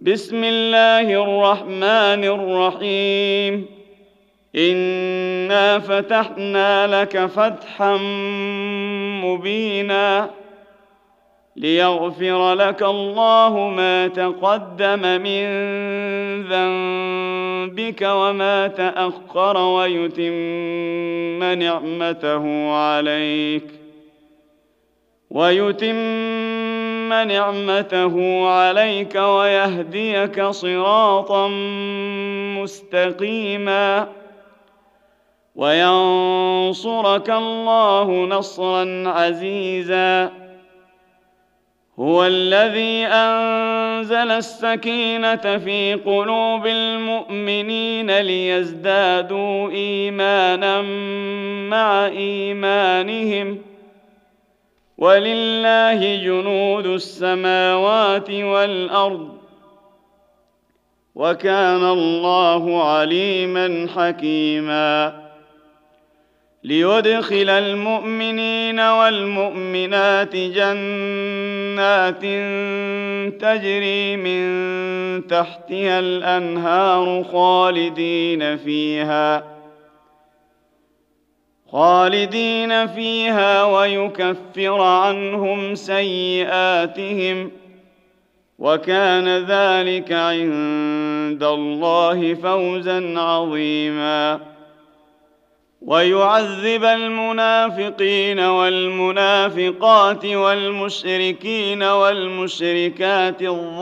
بسم الله الرحمن الرحيم. إنا فتحنا لك فتحا مبينا ليغفر لك الله ما تقدم من ذنبك وما تأخر ويتم نعمته عليك ويهديك صراطا مستقيما وينصرك الله نصرا عزيزا. هو الذي أنزل السكينة في قلوب المؤمنين ليزدادوا إيمانا مع إيمانهم ولله جنود السماوات والأرض وكان الله عليما حكيما. ليدخل المؤمنين والمؤمنات جنات تجري من تحتها الأنهار خالدين فيها ويكفر عنهم سيئاتهم وكان ذلك عند الله فوزا عظيما. ويعذب المنافقين والمنافقات والمشركين والمشركات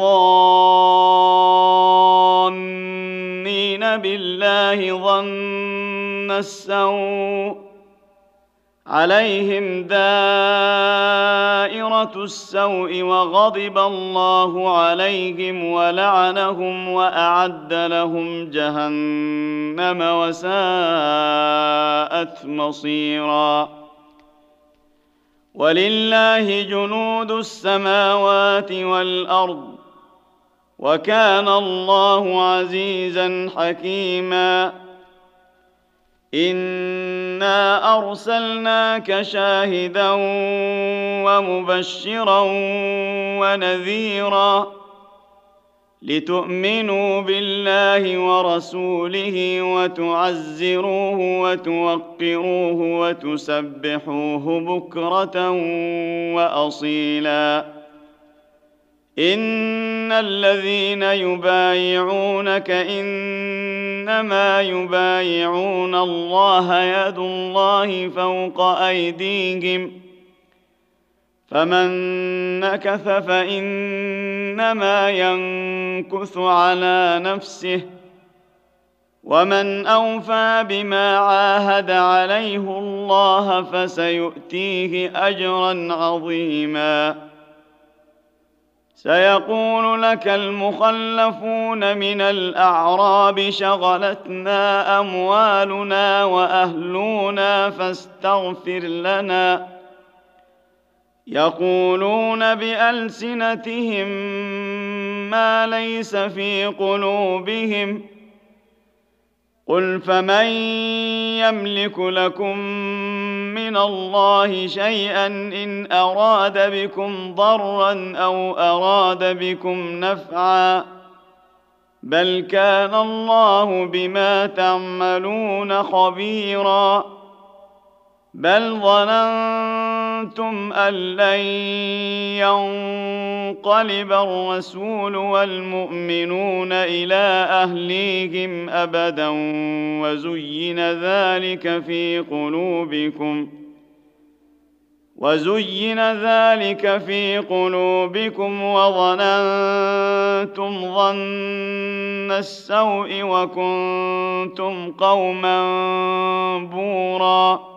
الظانين بالله ظن السوء عليهم دائرة السوء وغضب الله عليهم ولعنهم وأعد لهم جهنم وساءت مصيرا. ولله جنود السماوات والأرض وكان الله عزيزا حكيما. إنا أرسلناك شاهدا ومبشرا ونذيرا لتؤمنوا بالله ورسوله وتعزروه وتوقروه وتسبحوه بكرة وأصيلا. إن الذين يبايعونك إنما يبايعون الله يد الله فوق أيديهم فمن نكث فإنما ينكث على نفسه ومن أوفى بما عاهد عليه الله فسيؤتيه أجرا عظيما. سيقول لك المخلفون من الأعراب شغلتنا أموالنا وأهلنا فاستغفر لنا يقولون بألسنتهم ما ليس في قلوبهم قل فمن يملك لكم من الله شيئا إن أراد بكم ضرا أو أراد بكم نفعا بل كان الله بما تعملون خبيرا. بل ظننتم أن لن ينقلب الرسول والمؤمنون إلى أهليهم أبدا وزين ذلك في قلوبكم وظننتم ظن السوء وكنتم قوما بورا.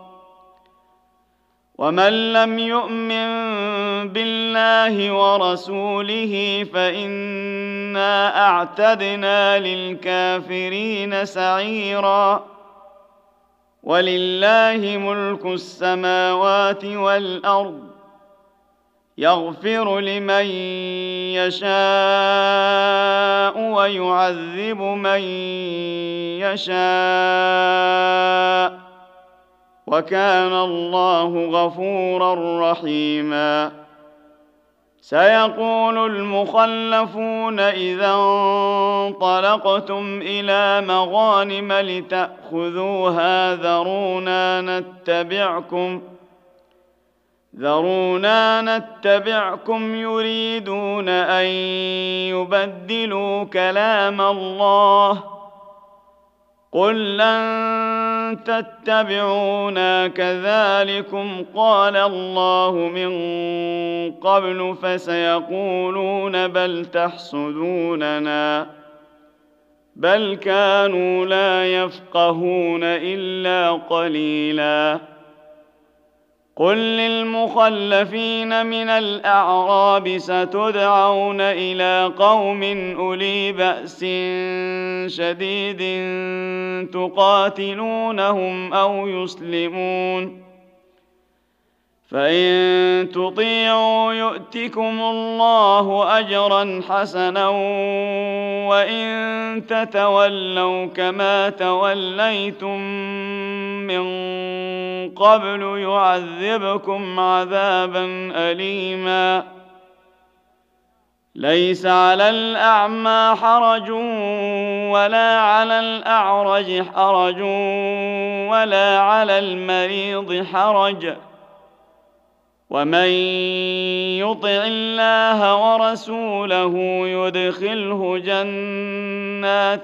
ومن لم يؤمن بالله ورسوله فإنا أعتدنا للكافرين سعيرا. ولله ملك السماوات والأرض يغفر لمن يشاء ويعذب من يشاء وكان الله غفورا رحيما. سيقول المخلفون إذا انطلقتم إلى مغانم لتأخذوها ذرونا نتبعكم يريدون أن يبدلوا كلام الله. قل لن تتبعونا كذلكم قال الله من قبل فسيقولون بل تحسدوننا بل كانوا لا يفقهون إلا قليلا. قل للمخلفين من الأعراب ستدعون إلى قوم أولي بأس شديد تقاتلونهم أو يسلمون، فإن تطيعوا يؤتكم الله أجرا حسنا، وإن تتولوا كما توليتم من قبل يعذبكم عذابا أليما. ليس على الأعمى حرج ولا على الأعرج حرج ولا على المريض حرج، ومن يطع الله ورسوله يدخله جنات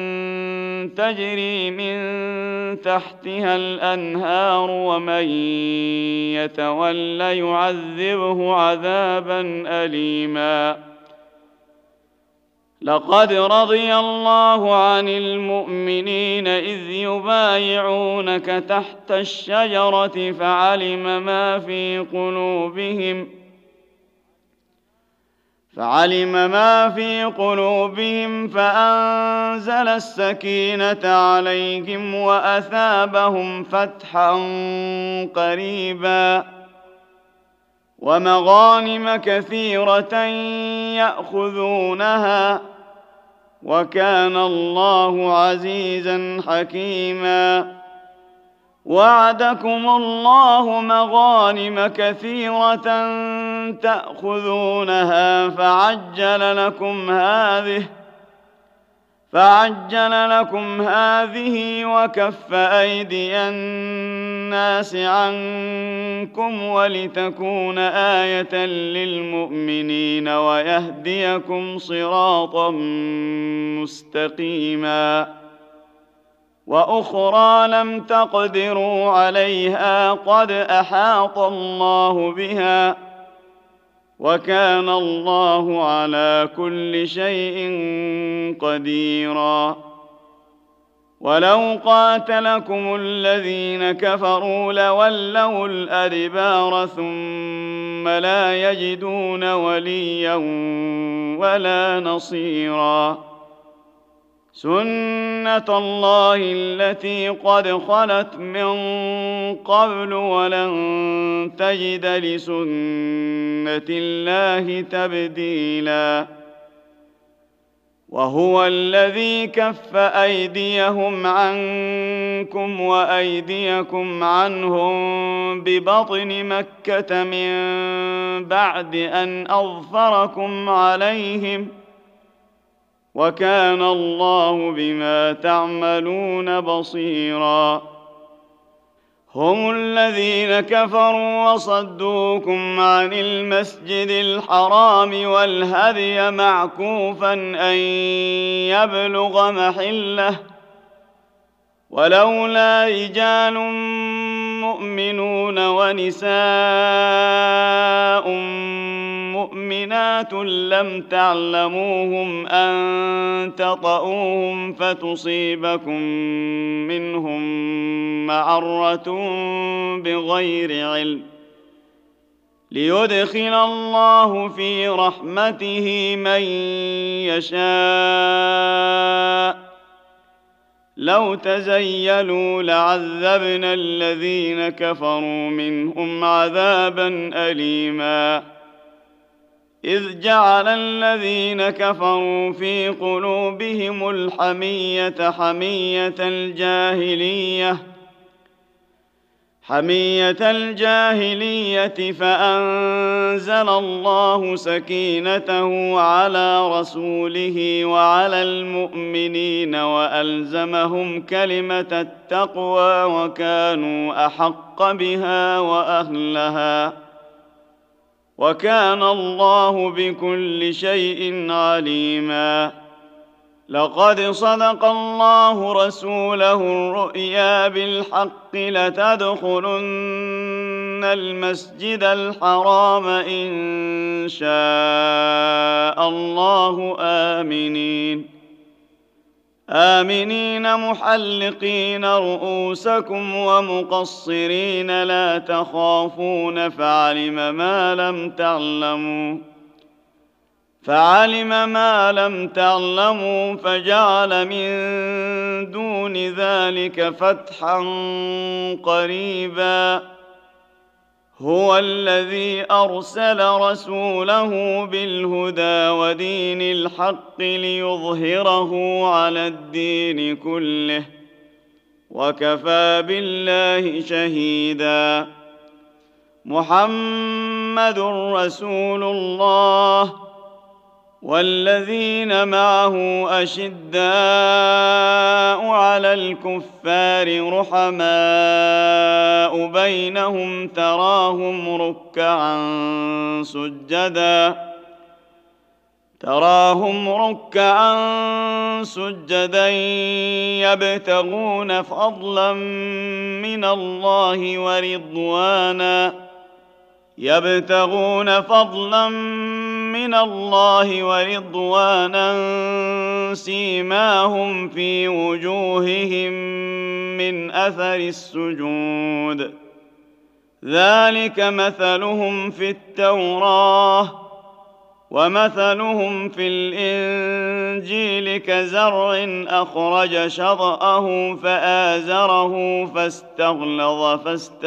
تجري من تحتها الأنهار، ومن يتول يعذبه عذابا أليما. لقد رضي الله عن المؤمنين إذ يبايعونك تحت الشجرة فعلم ما في قلوبهم فأنزل السكينة عليهم وأثابهم فتحا قريبا ومغانم كثيرة يأخذونها، وكان الله عزيزا حكيما. وعدكم الله مغانم كثيرة تأخذونها فعجل لكم هذه وكف أيدي الناس عنكم ولتكون آية للمؤمنين ويهديكم صراطا مستقيما. وأخرى لم تقدروا عليها قد أحاط الله بها، وكان الله على كل شيء قديرا. ولو قاتلكم الذين كفروا لولوا الأدبار ثم لا يجدون وليا ولا نصيرا. سنة الله التي قد خلت من قبل ولن تجد لسنة الله تبديلا. وهو الذي كف أيديهم عنكم وأيديكم عنهم ببطن مكة من بعد أن أظفركم عليهم، وكان الله بما تعملون بصيرا. هم الذين كفروا وصدوكم عن المسجد الحرام والهدي معكوفا أن يبلغ محله، ولولا رجال مؤمنون ونساء مؤمنات لم تعلموهم أن تطؤوهم فتصيبكم منهم معرة بغير علم، ليدخل الله في رحمته من يشاء. لو تزيلوا لعذبنا الذين كفروا منهم عذابا أليما. إذ جعل الذين كفروا في قلوبهم الحمية حمية الجاهلية حمية الجاهلية فأنزل الله سكينته على رسوله وعلى المؤمنين وألزمهم كلمة التقوى وكانوا أحق بها وأهلها وكان الله بكل شيء عليما. لقد صدق الله رسوله الرؤيا بالحق لتدخلن المسجد الحرام إن شاء الله آمنين محلقين رؤوسكم ومقصرين لا تخافون فعلم ما لم تعلموا فجعل من دون ذلك فتحا قريبا. هو الذي أرسل رسوله بالهدى ودين الحق ليظهره على الدين كله وكفى بالله شهيدا. محمد رسول الله والذين معه أشداء على الكفار رحماء بينهم تراهم ركعا سجدا يبتغون فضلا من الله ورضوانا سيماهم في وجوههم من أثر السجود ذلك مثلهم في التوراة ومثلهم في الإنجيل كزرع أخرج شطأه فآزره فاستغلظ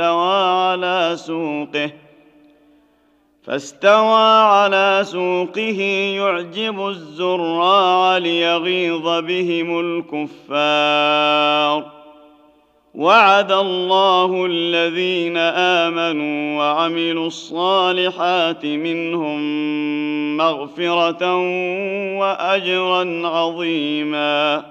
فاستوى على سوقه يعجب الزراع ليغيظ بهم الكفار. وعد الله الذين آمنوا وعملوا الصالحات منهم مغفرة وأجرا عظيما.